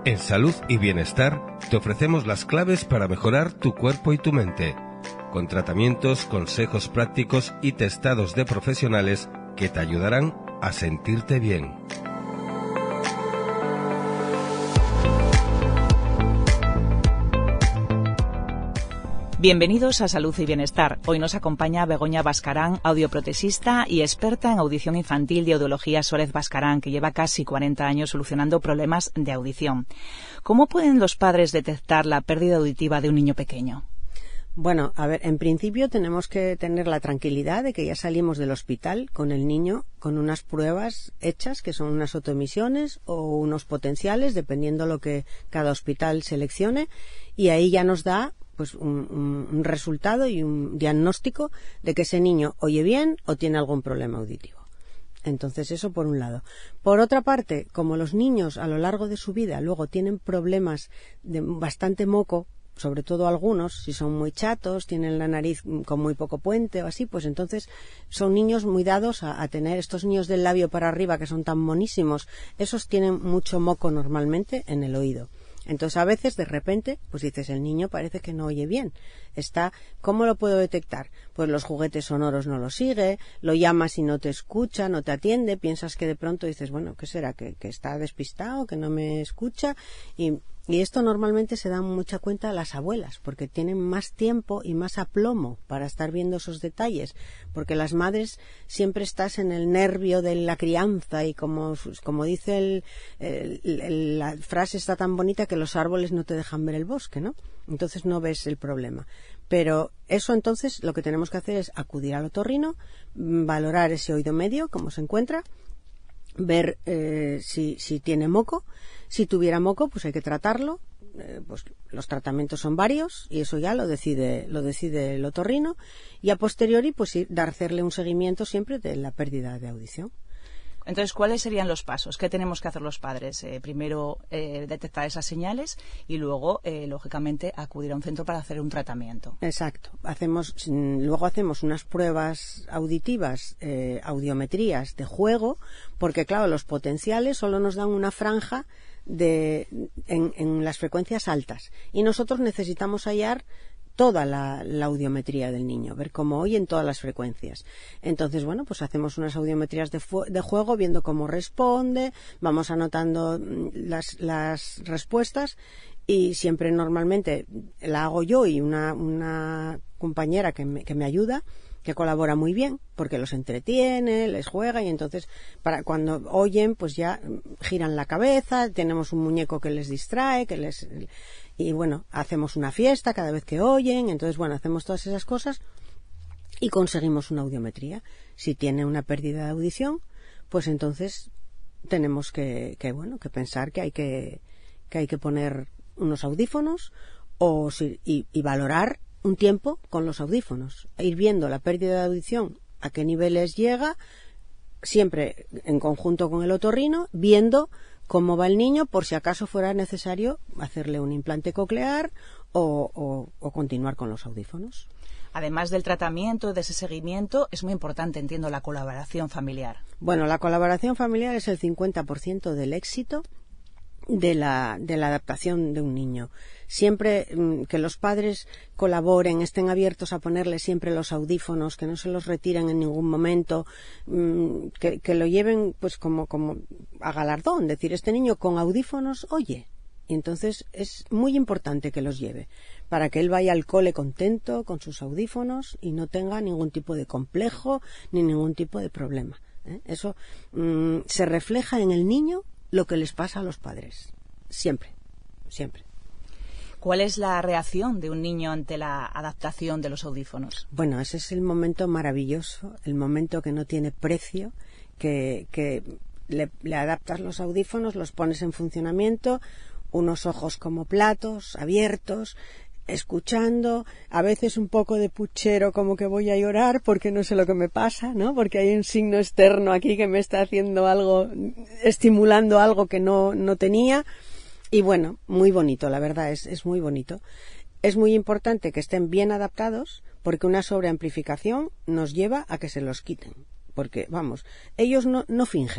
En Salud y Bienestar te ofrecemos las claves para mejorar tu cuerpo y tu mente, con tratamientos, consejos prácticos y testados de profesionales que te ayudarán a sentirte bien. Bienvenidos a Salud y Bienestar. Hoy nos acompaña Begoña Bascarán, audioprotesista y experta en audición infantil de Audiología Suárez Bascarán, que lleva casi 40 años solucionando problemas de audición. ¿Cómo pueden los padres detectar la pérdida auditiva de un niño pequeño? Bueno, a ver, en principio tenemos que tener la tranquilidad de que ya salimos del hospital con el niño con unas pruebas hechas, que son unas autoemisiones o unos potenciales, dependiendo lo que cada hospital seleccione, y ahí ya nos da pues un resultado y un diagnóstico de que ese niño oye bien o tiene algún problema auditivo. Entonces, eso por un lado. Por otra parte, como los niños a lo largo de su vida luego tienen problemas de bastante moco, sobre todo algunos, si son muy chatos, tienen la nariz con muy poco puente o así, pues entonces son niños muy dados a tener estos niños del labio para arriba que son tan monísimos, esos tienen mucho moco normalmente en el oído. Entonces, a veces, de repente, pues dices, el niño parece que no oye bien. ¿Cómo lo puedo detectar? Pues los juguetes sonoros no lo sigue, lo llamas y no te escucha, no te atiende, piensas que de pronto dices, bueno, ¿qué será? ¿Que está despistado, que no me escucha? Y esto normalmente se da mucha cuenta a las abuelas, porque tienen más tiempo y más aplomo para estar viendo esos detalles, porque las madres siempre estás en el nervio de la crianza y como dice la frase está tan bonita que los árboles no te dejan ver el bosque, ¿no? Entonces no ves el problema. Pero eso entonces lo que tenemos que hacer es acudir al otorrino, valorar ese oído medio, cómo se encuentra, ver si tiene moco. Si tuviera moco, pues hay que tratarlo. Pues los tratamientos son varios y eso ya lo decide el otorrino, y a posteriori pues hacerle un seguimiento siempre de la pérdida de audición. Entonces, ¿cuáles serían los pasos? ¿Qué tenemos que hacer los padres? Primero, detectar esas señales y luego, lógicamente, acudir a un centro para hacer un tratamiento. Exacto. Luego hacemos unas pruebas auditivas, audiometrías de juego, porque, claro, los potenciales solo nos dan una franja en las frecuencias altas y nosotros necesitamos hallar toda la audiometría del niño, ver cómo oye en todas las frecuencias. Entonces, bueno, pues hacemos unas audiometrías de juego, viendo cómo responde, vamos anotando las respuestas, y siempre normalmente la hago yo y una compañera que me ayuda, que colabora muy bien, porque los entretiene, les juega, y entonces para cuando oyen pues ya giran la cabeza, tenemos un muñeco que les distrae, y bueno, hacemos una fiesta cada vez que oyen. Entonces, bueno, hacemos todas esas cosas y conseguimos una audiometría. Si tiene una pérdida de audición, pues entonces tenemos que pensar que hay que poner unos audífonos y valorar un tiempo con los audífonos, ir viendo la pérdida de audición, a qué niveles llega, siempre en conjunto con el otorrino, viendo cómo va el niño, por si acaso fuera necesario hacerle un implante coclear o continuar con los audífonos. Además del tratamiento, de ese seguimiento, es muy importante, entiendo, la colaboración familiar. Bueno, la colaboración familiar es el 50% del éxito de la adaptación de un niño. Siempre que los padres colaboren, estén abiertos a ponerle siempre los audífonos, que no se los retiren en ningún momento, que lo lleven pues como a galardón, decir, este niño con audífonos oye. Y entonces es muy importante que los lleve, para que él vaya al cole contento con sus audífonos y no tenga ningún tipo de complejo ni ningún tipo de problema. Eso se refleja en el niño lo que les pasa a los padres. Siempre, siempre. ¿Cuál es la reacción de un niño ante la adaptación de los audífonos? Bueno, ese es el momento maravilloso, el momento que no tiene precio, que le adaptas los audífonos, los pones en funcionamiento, unos ojos como platos, abiertos, escuchando, a veces un poco de puchero, como que voy a llorar porque no sé lo que me pasa, ¿no? Porque hay un signo externo aquí que me está haciendo algo, estimulando algo que no tenía. Y bueno, muy bonito, la verdad, es muy bonito. Es muy importante que estén bien adaptados, porque una sobreamplificación nos lleva a que se los quiten. Porque, vamos, ellos no fingen.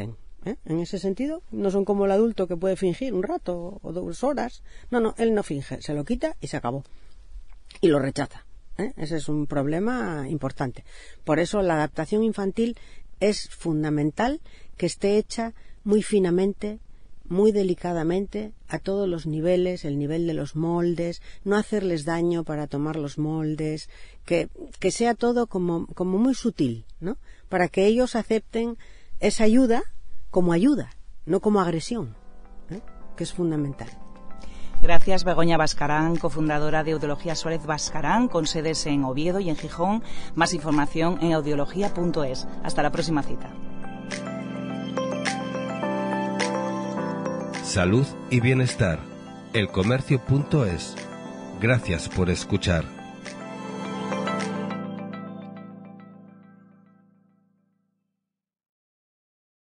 En ese sentido, no son como el adulto que puede fingir un rato o 2 horas. No, él no finge, se lo quita y se acabó. Y lo rechaza. Ese es un problema importante. Por eso la adaptación infantil es fundamental que esté hecha muy finamente, muy delicadamente, a todos los niveles, el nivel de los moldes, no hacerles daño para tomar los moldes, que sea todo como muy sutil, ¿no? Para que ellos acepten esa ayuda como ayuda, no como agresión, que es fundamental. Gracias, Begoña Bascarán, cofundadora de Audiología Suárez Bascarán, con sedes en Oviedo y en Gijón. Más información en audiología.es. Hasta la próxima cita. Salud y bienestar. Elcomercio.es. Gracias por escuchar.